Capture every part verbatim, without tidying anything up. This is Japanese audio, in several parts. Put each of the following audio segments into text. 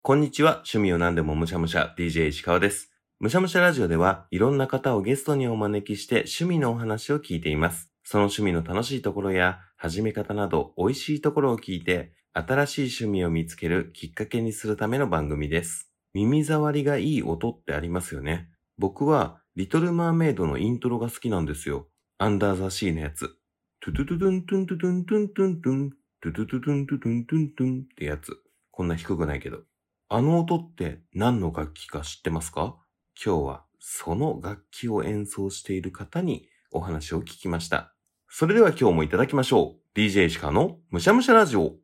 こんにちは。趣味を何でもむしゃむしゃ ディージェー 石川です。むしゃむしゃラジオではいろんな方をゲストにお招きして趣味のお話を聞いています。その趣味の楽しいところや始め方など美味しいところを聞いて新しい趣味を見つけるきっかけにするための番組です。耳障りがいい音ってありますよね。僕はリトルマーメイドのイントロが好きなんですよ。アンダーザシーのやつ。トゥトゥトゥトゥントゥントゥトゥントゥントゥントゥントゥトゥトゥトゥントゥトゥントゥントゥンってやつ。こんな低くないけど。あの音って何の楽器か知ってますか？今日はその楽器を演奏している方にお話を聞きました。それでは今日もいただきましょう。ディージェー 石川のむしゃむしゃラジオ。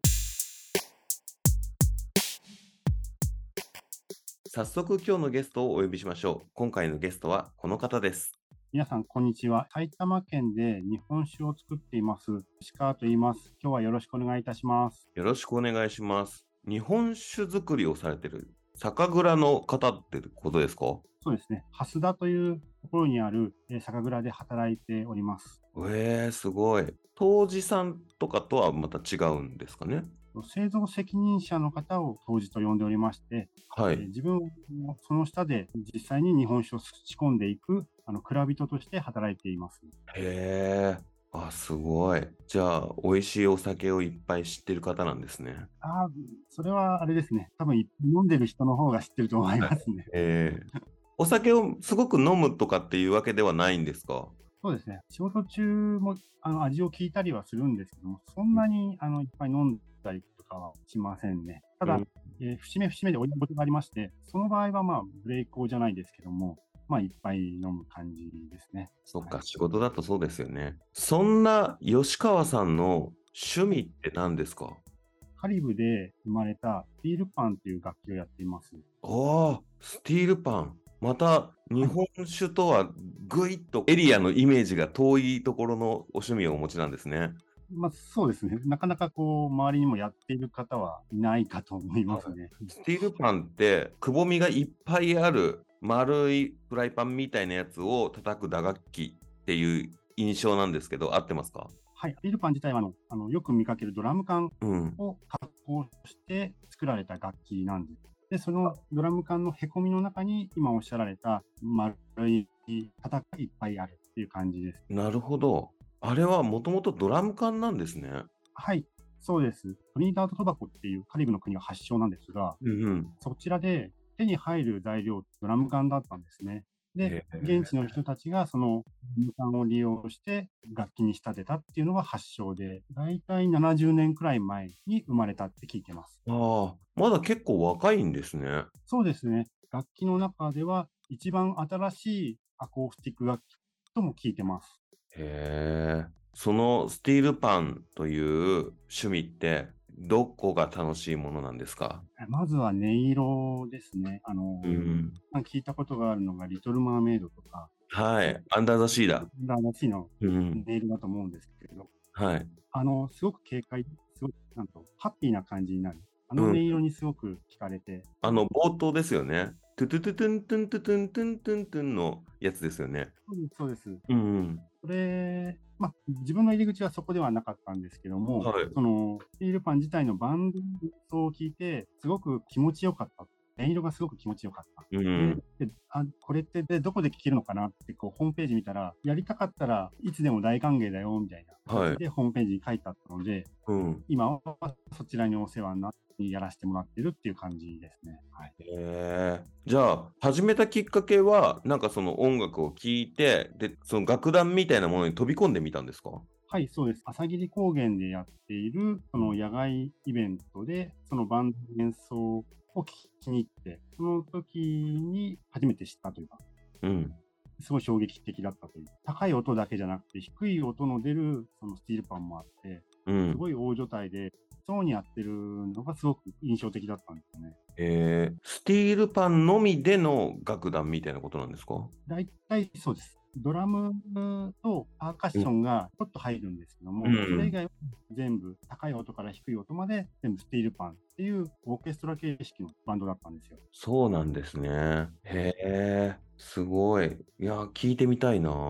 早速今日のゲストをお呼びしましょう。今回のゲストはこの方です。 皆さん、こんにちは。埼玉県で日本酒を作っています、石川と言います。今日はよろしくお願いいたします。 よろしくお願いします。日本酒作りをされている酒蔵の方ってことですか？ そうですね。蓮田というところにあるえー酒蔵で働いております。 えー、すごい。杜氏さんとかとはまた違うんですかね？ 製造責任者の方を杜氏と呼んでおりまして、 はい。 えー自分もその下で実際に日本酒を仕込んでいくあの蔵人として働いています。 へえ。あ、すごい。じゃあ、美味しいお酒をいっぱい知ってる方なんですね。 ああ、それはあれですね。多分い飲んでる人の方が知ってると思いはい。 ますね。 ええ。お酒をすごく飲むとかっていうわけではないんですか？ そうですね。仕事中もあの味を聞いたりはするんですけども、そんなにあのいっぱい飲んだりとかはしませんね。ただ、 うん。 えー節目節目でお祝い事がありまして、その場合はまあブレイクじゃないですけども、まあいっぱい飲む感じですね。はい。 そっか、仕事だとそうですよね。そんな吉川さんの趣味って何ですか？ カリブで生まれたスティールパンという楽器をやっています。 ああ、スティールパン。また日はい。 本酒とはぐいっとエリアのイメージが遠いところのお趣味をお持ちなんですね。 まあそうですね。なかなかこう、周りにもやっている方はいないかと思いはい。 ますね。 スティールパンってくぼみがいっぱいある丸いフライパンみたいなやつを叩く打楽器っていう印象なんですけど、合ってますか？ はい。スティールパン自体はあのあのよく見かけるドラム缶うん。 を加工して作られた楽器なんです。で、そのドラム缶のへこみの中に今おっしゃられた丸い叩がいっぱいあるっていう感じです。 なるほど。あれはもともとドラム缶なんですね。 はい、そうです。トリニダード・トバコっていうカリブの国が発祥なんですが、 うんうん。 そちらで手に入る材料、ドラム缶だったんですね。で、 へえ。 現地の人たちがそのドラム缶を利用して楽器に仕立てたっていうのが発祥で、だいたいななじゅうねんくらい前に生まれたって聞いてます。 ああ、まだ結構若いんですね。 そうですね。楽器の中では一番新しいアコースティック楽器とも聞いてます。 へえ。そのスティールパンという趣味ってどこが楽しいものなんですか？ まずは音色ですね。あの、 うん。 聞いたことがあるのがリトルマーメイドとか、そうはい。アンダーザシーだ。 ラーのシーのうん。 音色だと思うんですけれど、 はい。 あの、すごく軽快、すごくなんとハッピーな感じになる。あのうん。 音色にすごく惹かれて、 あの、冒頭ですよね。トゥトゥトゥトゥントゥントゥトゥントゥントゥントゥンのやつですよね。 そうです、そうです。 うんうん。 それ、まあ、自分の入り口はそこではなかったんですけども、 はい。 その、スティールパン自体のバンドの演奏を聞いて、すごく気持ちよかった。音色がすごく気持ちよかった。で、 うん。 であこれってでどこで聴けるのかなってこうホームページ見たら、やりたかったらいつでも大歓迎だよみたいなはい。 形でホームページに書いてあったので、 うん。 今はそちらにお世話になってやらせてもらってるっていう感じですね。はい。 へえ。じゃあ、始めたきっかけは、なんかその音楽を聴いて、で、その楽団みたいなものに飛び込んでみたんですか？ はい、そうです。朝霧高原でやっている、そうん。 の野外イベントで、そのバンドの演奏を聞きに行って、その時に初めて知ったというか、 うん。 すごい衝撃的だったという。高い音だけじゃなくて、低い音の出るそのスティールパンもあって、 うん。 すごい大所帯で、そうにやってるのがすごく印象的だったんですよね。 えー、スティールパンのみでの楽団みたいなことなんですか？ 大体そうです。ドラムとパーカッうん。 ションがちょっと入るんですけどうも、それ以ん。 外は全部高い音から低い音まで全部スティールパンっていうオーケストラ形式のバンドだったんですよ。 そうなんですね。へえ、すごい。いや、聞いてみたいな。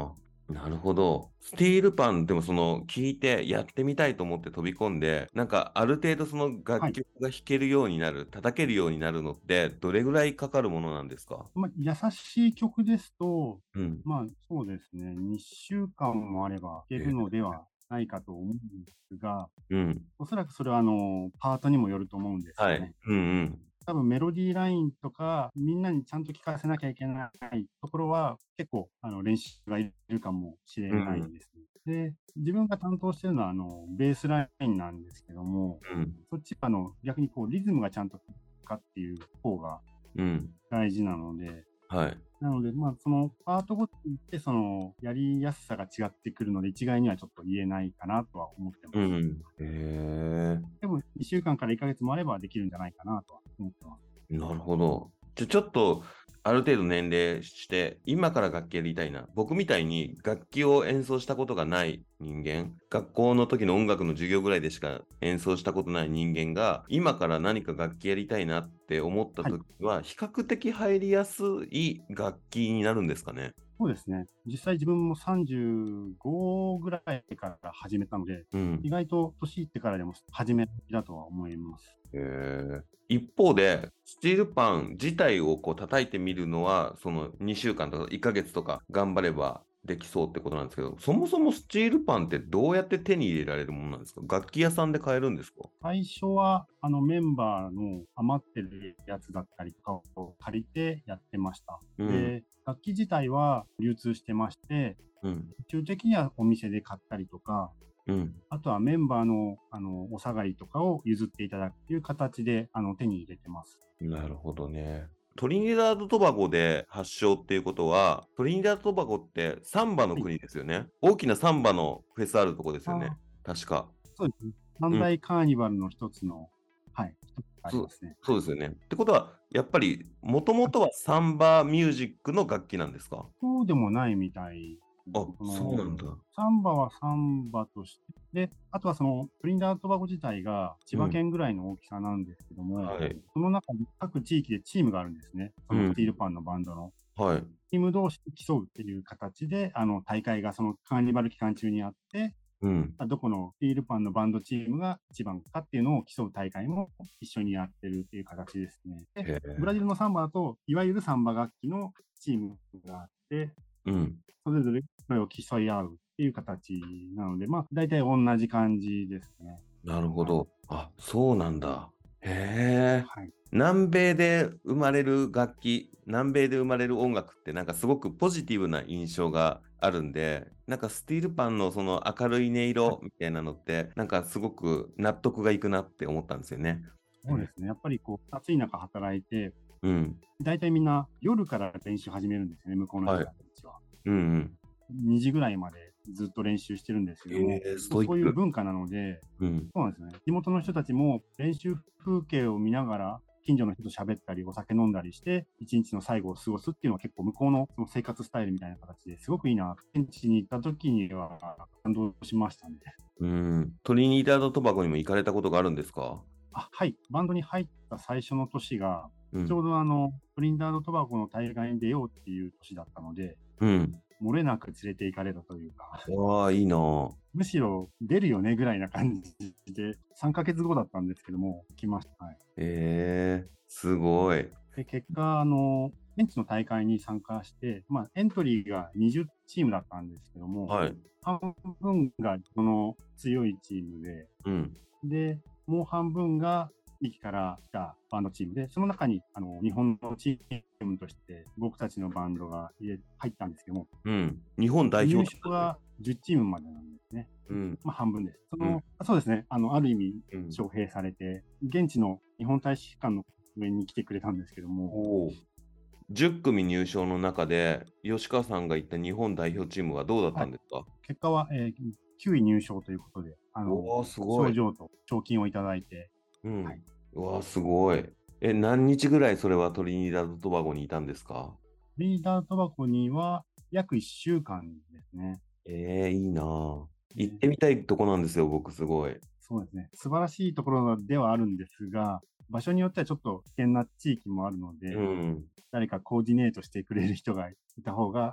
なるほど。スティールパンでもその聞いてやってみたいと思って飛び込んで、なんかある程度その楽はい。 曲が弾けるようになる、叩けるようになるのってどれぐらいかかるものなんですか？ まあ、優しい曲ですと、 うん。 まあ、そうですね、にしゅうかんもあればいけえーるのではないかと思うんですが、 うん。 おそらくそれはあの、パートにもよると思うんですはい。 よね。 うんうん。 多分メロディーラインとか、みんなにちゃんと聞かせなきゃいけないところは、結構あの練習がいるかもしれないうん。 ですね。で、自分が担当してるのはあのベースラインなんですけども、 うん。 そっちはあの逆にこうリズムがちゃんとかっていう方がうん。 大事なので、 はい。 なので、まあ、そのパートごとによってそのやりやすさが違ってくるので、一概にはちょっと言えないかなとは思ってます。 うん。へえ。 でも、にしゅうかんからいっかげつもあればできるんじゃないかなとは思ってます。 なるほど。じゃ、ちょっと、ある程度年齢して、今から楽器やりたいな。僕みたいに楽器を演奏したことがない人間、学校の時の音楽の授業ぐらいでしか演奏したことない人間が、今から何か楽器やりたいなって思ったはい。 時は、比較的入りやすい楽器になるんですかね？ そうですね。実際自分もさんじゅうごぐらいから始めたので、 うん。 意外と年いってからでも始めだとは思います。 へえ。一方で、スチールパン自体をこう叩いてみるのは、そのにしゅうかんとかいっかげつとか頑張ればできそうってことなんですけど、そもそもスチールパンってどうやって手に入れられるものなんですか？楽器屋さんで買えるんですか？ 最初は、あの、メンバーの余ってるやつだったりとかを借りてやってました。 うん、 で、楽器自体は流通してまして、 うん、 最終的にはお店で買ったりとか、 うん。 あとはメンバーの、あの、お下がりとかを譲っていただくという形で、あの、手に入れてます。 なるほどね。トリニダード・トバゴで発祥っていうことは、トリニダード・トバゴってサンバのはい。 国ですよね。大きなサンバのフェスあるとこですよね。 あ確か。 そうですね。三うん。 大カーニバルの一つの、はい、一つありそう、 ますね。はい。 そうですよね。ってことは、やっぱり、もともとはサンバミュージックの楽器なんですか？ そうでもないみたい。 あ、 その、 そうなんだ。 サンバはサンバとして、で、あとはその、トリニダード・トバゴ自体が千うん。 葉県ぐらいの大きさなんですけども、 はい。 その中に各地域でチームがあるんですね。そうん。 のスティールパンのバンドの。 はい。 チーム同士で競うっていう形で、あの、大会がそのカーニバル期間中にあって、 うん。 どこのスティールパンのバンドチームが一番かっていうのを競う大会も一緒にやってるっていう形ですね。で、 へえ。 ブラジルのサンバだと、いわゆるサンバ楽器のチームがあって、 うん。 それぞれそれを競い合うっていう形なので、まあ、大体同じ感じですね。 なるほはい。 ど。あ、そうなんだ。へえ。 はい。 南米で生まれる楽器、南米で生まれる音楽ってなんかすごくポジティブな印象があるんで、なんかスティールパンのその明るい音はい。 色みたいなのって、なんかすごく納得がいくなって思ったんですよね。 そうですね。やっぱりこう、暑い中働いて、 うん。 大体みんな夜から練習始めるんですよね、向こうの人はい。 たちは。 うんうん。 にじぐらいまでずっと練習してるんですけども、 ええ、スもうそういうトイック。 文化なので、 うん。 そうなんですね。地元の人たちも練習風景を見ながら、近所の人と喋ったり、お酒飲んだりして、一日の最後を過ごすっていうのは結構向こうのその生活スタイルみたいな形ですごくいいな。現地に行った時には感動しましたね。 うん。トリニダード・トバゴにも行かれたことがあるんですか？ あ、はい。バンドに入った最初の年が、 うん。 ちょうどあの、トリニダード・トバゴの大会に出ようっていう年だったので、 うん。 漏れなく連れて行かれたというか、 わあ、いいなあ。 むしろ出るよねぐらいな感じで、さんかげつごだったんですけども、来ました。はい。 ええ、すごい。 で、結果、あの、現地の大会に参加して、まあ、エントリーがにじゅうチームだったんですけども、 はい。 半分がその強いチームで、 うん。 で、もう半分が地域から来たバンドチームで、その中にあの日本のチームとして僕たちのバンドが入れ入ったんですけども、 うん。日本代入表だったんですね。 賞がじゅうチームまでなんですね。 うん。 まあ、半分です。そうん。 の、そうですね。あの、ある意味、 うん。 招聘されて、現地の日本大使館の上に来てくれたんですけども、 おお。じゅっ組入賞の中で、吉川さんが行った日本代表チームはどうだったはい。 んですか？ 結果は、えー、きゅうい入賞ということで、あの、 おお、すごい。 賞状と賞金をいただいて、 うん。 はい。 うわ、すごい。え、何日ぐらいそれはトリニダード・トバゴにいたんですか？ リーダートバコには約いっしゅうかんですね。 ええ、いいなあ。行っで、 てみたいとこなんですよ、僕すごい。 そうですね。素晴らしいところではあるんですが、場所によってはちょっと危険な地域もあるので、 うん。 誰かコーディネートしてくれる人がいた方が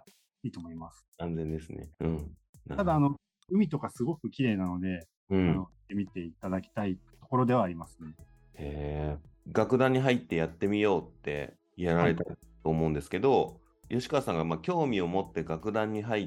いいと思います。 安全ですね。うん。なただ、あの、海とかすごく綺麗なので、 うん。 あの、見ていただきたいところではありますね。 へえ。楽団に入ってやってみようってやらはい。 れたと思うんですけど、吉川さんがまあ興味を持って楽団に入って、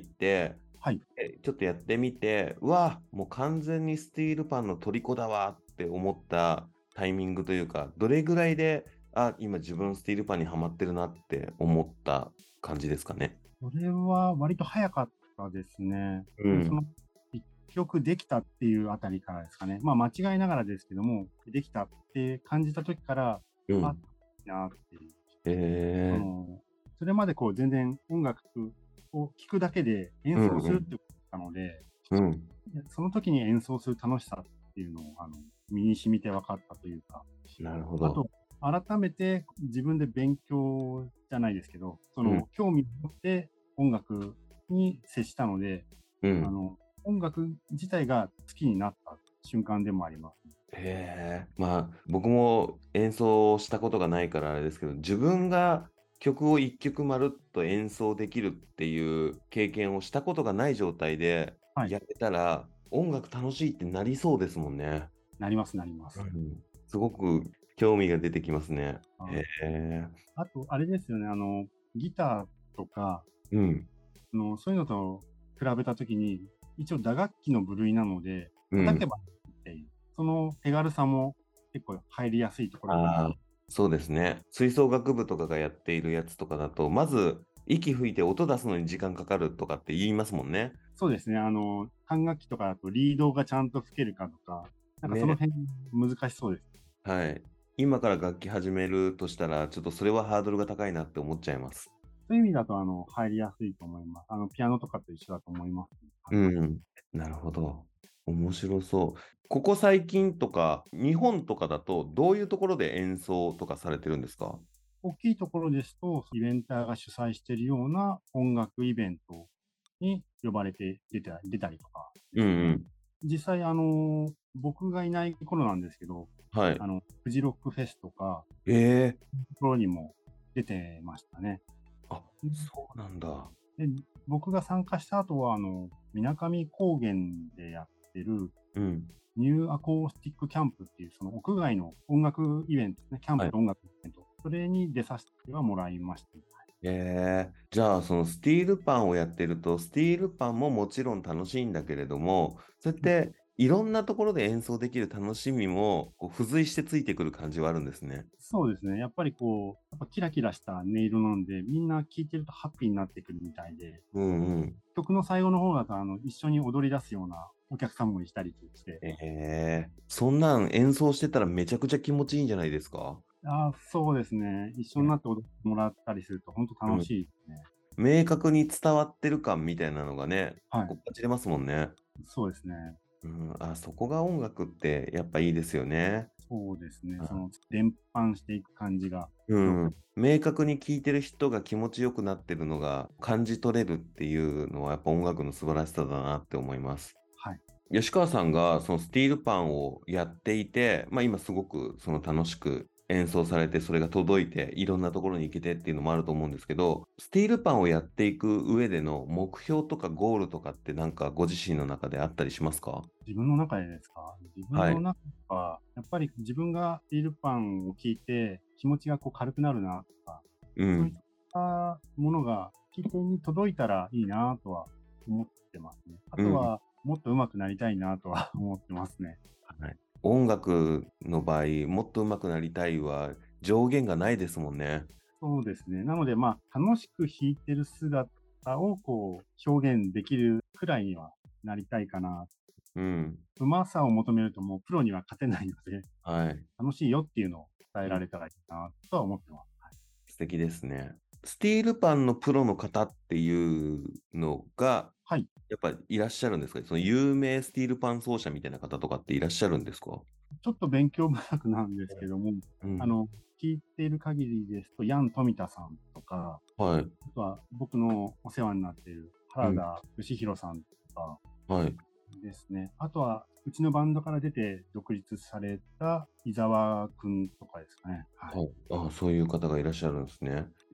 はい。 えちょっとやってみて、うわ、もう完全にスティールパンの虜だわって思ったタイミングというか、どれぐらいで、あ、今自分スティールパンにはまってるなって思った感じですかね。 それは割と早かったですね。で、そうん。 の、一曲できたっていうあたりからですかね。まあ、間違いながらですけども、できたって感じた時から、あ、いうん。 いなっていう。 へえ。 あの、それまでこう全然音楽を聴くだけで演奏するっうんうん。 てことだったので、 うん。 その時に演奏する楽しさっていうのを、あの、身に染みて分かったというか、 なるほど。 あと、改めて自分で勉強じゃないですけど、そうん。 の興味を持って音楽に接したので、 うん。 あの、音楽自体が好きになった瞬間でもあります。 へえ。まあ、僕も演奏したことがないからあれですけど、自分が曲を一曲まるっと演奏できるっていう経験をしたことがない状態ではい。 やれたら、音楽楽しいってなりそうですもんね。 なります、なります。 うん。すごく興味が出てきますね。 あへえ。 あと、あれですよね、あの、ギターとか、 うん。 あの、そういうのと比べたときに、一応打楽器の部類なので、 うん。 叩けばいいっていう、その手軽さも結構入りやすいところかな。 ああ、そうですね。吹奏楽部とかがやっているやつとかだと、まず息吹いて音出すのに時間かかるとかって言いますもんね。 そうですね、あの、管楽器とかだとリードがちゃんと吹けるかとか、なんかそのね。 辺難しそうです。 はい。今から楽器始めるとしたら、ちょっとそれはハードルが高いなって思っちゃいます。 そういう意味だと、あの、入りやすいと思います。あの、ピアノとかと一緒だと思いますね。はい。 うん。なるほど。面白そう。ここ最近とか、日本とかだと、どういうところで演奏とかされてるんですか？ 大きいところですと、イベンターが主催しているような音楽イベントに呼ばれて出た出たりとかですね。 うんうん。 実際、あの、僕がいない頃なんですけど、 はい。 あの、フジロックフェスとか、 ええ。 ところにも出てましたね。 あ、そうなんだ。 で、僕が参加した後は、あの、みなかみ高原でやってるうん。 ニューアコースティックキャンプっていう、その屋外の音楽イベントですね。キャンはい。 プと音楽イベント。それに出させてはもらいました。 ええ、じゃあ、そのスティールパンをやってると、スティールパンももちろん楽しいんだけれども、そうやっていろんなところで演奏できる楽しみも、こう付随してついてくる感じはあるんですね。 そうですね。やっぱりこう、やっぱキラキラした音色なんで、みんな聴いてるとハッピーになってくるみたいで、 うんうん。 曲の最後の方だと、あの、一緒に踊り出すようなお客さんもいたりして、 ええ、そんなん演奏してたらめちゃくちゃ気持ちいいんじゃないですか？ ああ、そうですね。一緒になって踊ってもらったりすると、本当楽うん。 しいですね。 明確に伝わってる感みたいなのがね、 はい。 こう感じれますもんね。 そうですね。 うん、あ、そこが音楽ってやっぱいいですよね。 そうですね。そあ、 の、伝播していく感じがうすごく、 ん。明確に聴いてる人が気持ちよくなってるのが感じ取れるっていうのはやっぱ音楽の素晴らしさだなって思います。 はい。 吉川さんがそのスティールパンをやっていて、まあ、今すごくその楽しく演奏されて、それが届いて、いろんなところに行けてっていうのもあると思うんですけど、スティールパンをやっていく上での目標とかゴールとかってなんかご自身の中であったりしますか？ 自分の中でですか？自分はい。 の中は、やっぱり自分がビールパンを聞いて、気持ちがこう軽くなるなとか、そういっうん。 たものが聞き手に届いたらいいなとは思ってますね。あうん。 とは、もっと上手くなりたいなとは思ってますね。 はい。音楽の場合、もっと上手くなりたいは上限がないですもんね。 そうですね。なので、まあ、楽しく弾いてる姿をこう表現できるくらいにはなりたいかな。 うん。 上手さを求めるともうプロには勝てないので、 はい。 楽しいよっていうのを伝えうん。 られたらいいなとは思ってます。はい。 素敵ですね。スティールパンのプロの方っていうのが、 はい。 やっぱいらっしゃるんですか？その有名スティールパン奏者みたいな方とかっていらっしゃるんですか？ ちょっと勉強不足なんですけども、 うん。 あの、聞いている限りですと、ヤン富田さんとか、 はい。 あとは僕のお世話になっているうん。 原田義弘さんとかはい。 ですね。あとは、うちのバンドから出て独立された伊沢くんとかですかね。はい。 はい。ああ、そういう方がいらっしゃるんですね。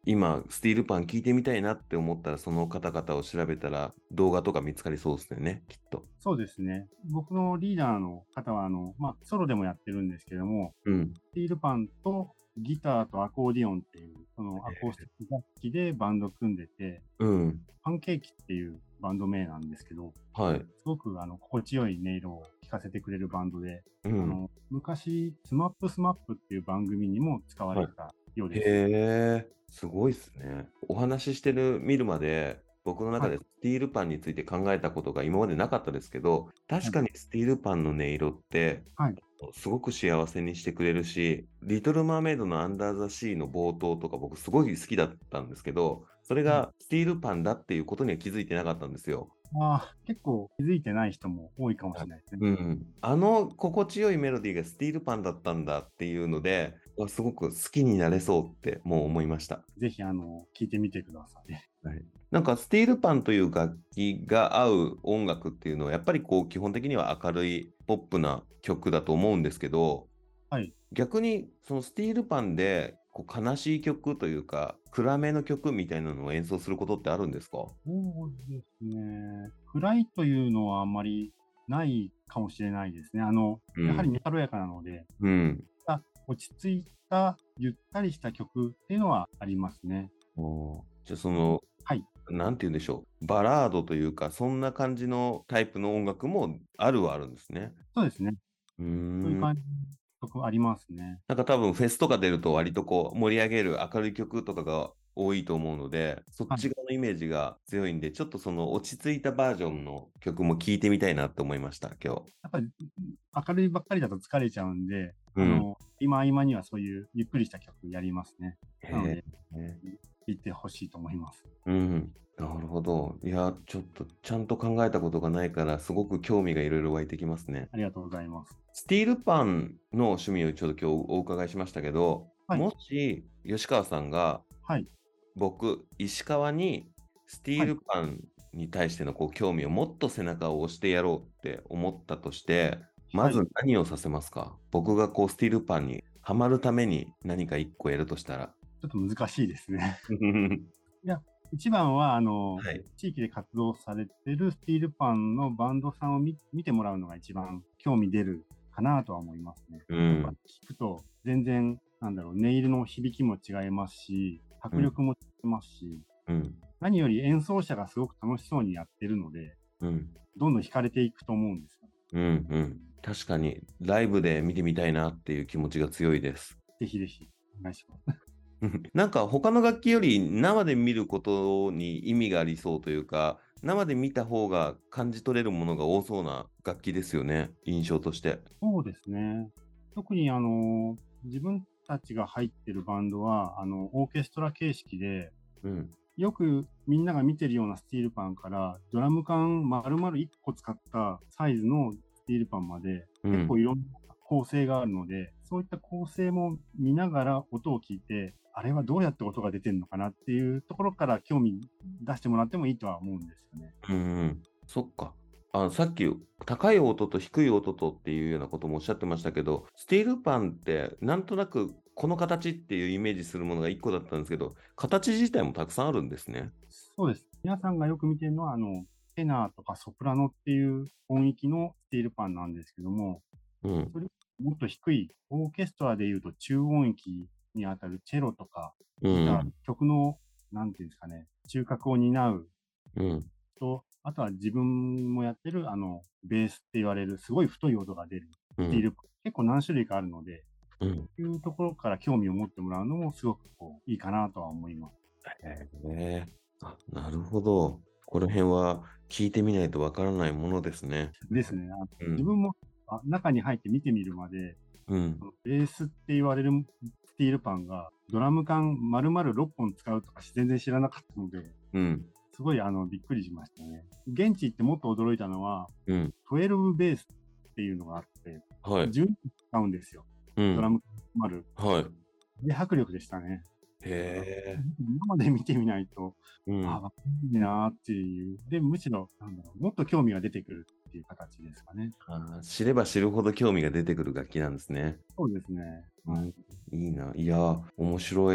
今、スティールパン聞いてみたいなって思ったら、その方々を調べたら動画とか見つかりそうですよね、きっと。 そうですね。僕のリーダーの方は、あの、まあ、ソロでもやってるんですけども、 うん。 スティールパンとギターとアコーディオンっていう、そのアコースティック楽器でバンド組んでて、 うん。 パンケーキっていうバンド名なんですけど、 はい。 すごくあの心地よい音色を聴かせてくれるバンドで、 うん。 あの昔、スマップスマップっていう番組にも使われてたようです。 へえ、すごいですね。お話ししてる見るまで、僕の中はい。 でスティールパンについて考えたことが今までなかったですけど、確かにスティールパンの音色って、 はい。 すごく幸せにしてくれるし、リトル・マーメイドのアンダー・ザ・シーの冒頭とか僕すごい好きだったんですけど、それはい。 がスティールパンだっていうことには気づいてなかったんですよ。 ああ、結構気づいてない人も多いかもしはい。 れないですね。 うん。あの心地よいメロディーがスティールパンだったんだっていうので、わすごく好きになれそうってもう思いました。 ぜひ、あの、聞いてみてください。 はい。なんかスティールパンという楽器が合う音楽っていうのはやっぱりこう基本的には明るいポップな曲だと思うんですけど、 はい。 逆にそのスティールパンでこう悲しい曲というか暗めの曲みたいなのを演奏することってあるんですか？ そうですね。暗いというのはあんまりないかもしれないですね。あの、 うん。 やはり軽やかなので、 うん。 あ、落ち着いた、ゆったりした曲っていうのはありますね。 おーじゃあその、 はい。 なんて言うんでしょう。バラードというか、そんな感じのタイプの音楽もあるはあるんですね。 そうですね。 うーそういうん。 感じの曲ありますね。 なんか多分フェスとか出ると割とこう盛り上げる明るい曲とかが多いと思うので、そっはい。 ち側のイメージが強いんで、ちょっとその落ち着いたバージョンの曲も聴いてみたいなと思いました、今日。 やっぱり明るいばっかりだと疲れちゃうんで、 うん。 あの、今合間にはそういうゆっくりした曲やりますね。なのへで、 え。 聴いてほしいと思います。 うん。なるほど。いや、ちょっとちゃんと考えたことがないから、すごく興味がいろいろ湧いてきますね。 ありがとうございます。 スティールパンの趣味をちょっと今日お伺いしましたけど、 はい。 もし吉川さんがはい。 僕、石川にスティはい。 ールパンに対してのこう興味をもっと背中を押してやろうって思ったとして、まずはい。 何をさせますか？僕がこうスティールパンにハマるために何か一個やるとしたら。 ちょっと難しいですね。いや、一番は、あの、 はい。 地域で活動されてるスティールパンのバンドさんを見見てもらうのが一番興味出るかなとは思いますね。 うやっぱん。 聞くと全然、なんだろう、音色の響きも違いますし、 うん。 迫力も違いますし、 うん。 何より演奏者がすごく楽しそうにやってるので、 うん。 どんどん惹かれていくと思うんですよ。 うん。うん。確かに、ライブで見てみたいなっていう気持ちが強いです。 ぜひぜひお願いします。 なんか他の楽器より生で見ることに意味がありそうというか、生で見た方が感じ取れるものが多そうな楽器ですよね、印象として。 そうですね。特にあの、自分たちが入ってるバンドは、あの、オーケストラ形式で、 うん。 よくみんなが見てるようなスティールパンから、ドラム缶丸々いっこ使ったサイズのスティールパンまで、 うん。 結構いろんな構成があるので、そういった構成も見ながら音を聞いて、あれはどうやって音が出てるのかなっていうところから興味出してもらってもいいとは思うんですよね。 うんうん。そっか。あ、さっき高い音と低い音とっていうようなこともおっしゃってましたけど、スティールパンってなんとなくこの形っていうイメージするものがいっこだったんですけど、形自体もたくさんあるんですね。 そうです。皆さんがよく見てるのは、あの、テナーとかソプラノっていう音域のスティールパンなんですけども、 うん。 それもっと低い、オーケストラでいうと中音域にあたるチェロとかうギター、 ん。 曲の、なんていうんですかね、中核を担ううん。 と、あとは自分もやってる、あの、ベースって言われる、すごい太い音が出るうん。 スティールパン、結構何種類かあるので、 うん。 いうところから興味を持ってもらうのもすごくこういいかなとは思います。 へえ。あ、なるほど。この辺は聞いてみないとわからないものですね。 ですね。あうん。 自分もあ中に入って見てみるまで、 うん。 そのベースって言われるスティールパンがドラム缶丸々ろっぽん使うとか全然知らなかったので、 うん。 すごいあのびっくりしましたね。現地行ってもっと驚いたのは、 うん。 じゅうにベースっていうのがあって、 はい。 じゅうに使うんですよ。 うん。 ドラム缶丸。 はい。 で、迫力でしたね。 へだから、 え。 生で見てみないと、ああ、 うん。 わかんないなーっていう。で、むしろ、なんだろう、もっと興味が出てくるっていう形ですかね。 あー知れば知るほど興味が出てくる楽器なんですね。 そうですね。はい。 うん、いいな。いや、面白い。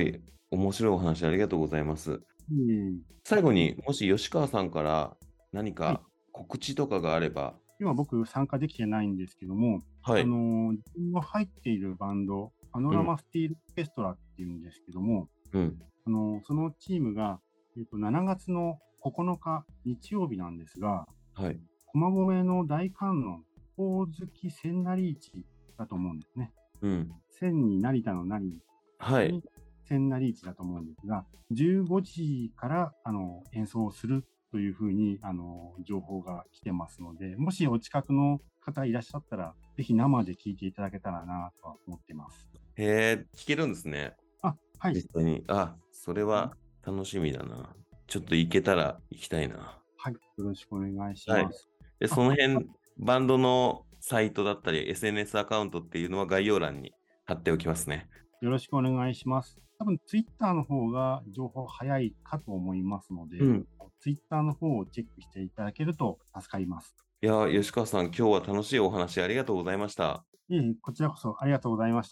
面白いお話ありがとうございます。 いえいえ。 最後に、もし吉川さんから何はい。 か告知とかがあれば。 今僕参加できてないんですけども、 はい。 あの、自分の入っているバンド、パノうん。 ラマスティールオーケストラっていうんですけども、 うん。 あの、そのチームが、えっと、しちがつのここのか日曜日なんですが、 はい。 駒込の大観音、ほおずき千成市だと思うんですね。 うん。 千に成田の成はい。 に千成市だと思うんですが、じゅうごじからあの演奏をするというふうにあの情報が来てますので、もしお近くの方いらっしゃったら、ぜひ生で聴いていただけたらなとは思ってます。 へえ、聞けるんですね。 あ、はい。 実際に。あ、それは楽しみだな。ちょっと行けたら行きたいな。 はい。よろしくお願いしはい。 ます。 で、 あ、 その辺、バンドのサイトだったり、エスエヌエス アカウントっていうのは概要欄に貼っておきますね。 よろしくお願いします。多分ツイッターの方が情報早いかと思いますので、 うん。 ツイッターの方をチェックしていただけると助かります。 いやー、吉川さん、今日は楽しいお話ありがとうございました。 いえいえ、こちらこそありがとうございました。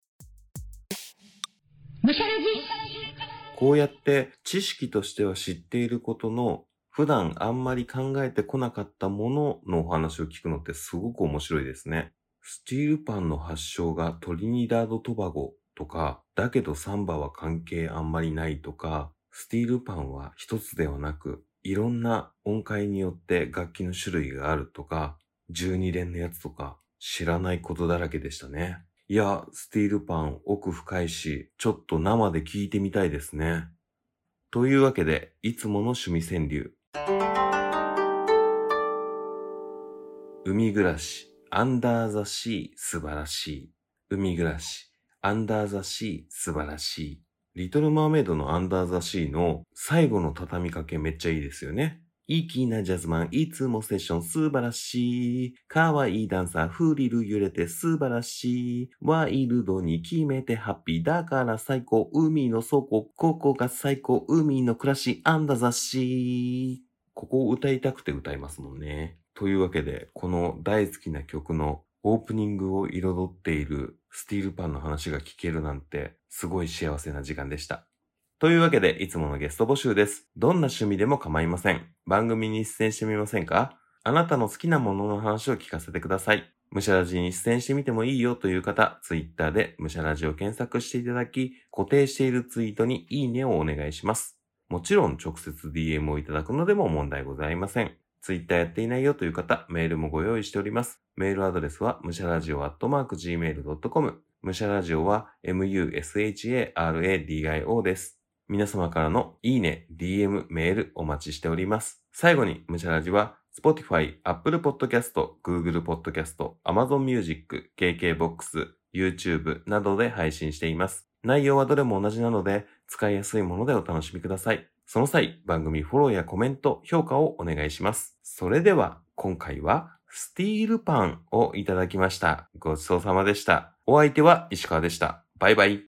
むしゃらじこうやって知識としては知っていることの、普段あんまり考えてこなかったもののお話を聞くのってすごく面白いですね。スティールパンの発祥がトリニダード・トバゴとか、だけどサンバは関係あんまりないとか、スティールパンは一つではなく、いろんな音階によって楽器の種類があるとか、じゅうに連のやつとか、知らないことだらけでしたね。いや、スティールパン奥深いし、ちょっと生で聞いてみたいですね。というわけで、いつもの趣味川柳。海暮らし、アンダーザシー、素晴らしい。海暮らし、アンダーザシー、素晴らしい。リトルマーメイドのアンダーザシーの最後の畳みかけめっちゃいいですよね。粋なジャズマン、いつもセッション素晴らしい。かわいいダンサー、フリル揺れて素晴らしい。ワイルドに決めてハッピーだから最高。海の底、ここが最高。海の暮らし、アンダーザシー。ここを歌いたくて歌いますもんね。というわけで、この大好きな曲のオープニングを彩っているスティールパンの話が聞けるなんて、すごい幸せな時間でした。というわけで、いつものゲスト募集です。どんな趣味でも構いません。番組に出演してみませんか？あなたの好きなものの話を聞かせてください。むしゃらじに出演してみてもいいよという方、ツイッターでむしゃらじを検索していただき、固定しているツイートにいいねをお願いします。もちろん直接 ディーエム をいただくのでも問題ございません。ツイッターやっていないよという方、メールもご用意しております。メールアドレスはむしゃらじお アットマークジーメールドットコム。むしゃらじおは エムユーエスエイチエーアールエーディーアイオー です。皆様からのいいね、ディーエム、メールお待ちしております。最後に、むしゃらじは Spotify、Apple Podcast、Google Podcast、Amazon Music、ケーケーボックス、YouTube などで配信しています。内容はどれも同じなので、使いやすいものでお楽しみください。その際、番組フォローやコメント、評価をお願いします。それでは、今回は、スティールパンをいただきました。ごちそうさまでした。お相手は石川でした。バイバイ。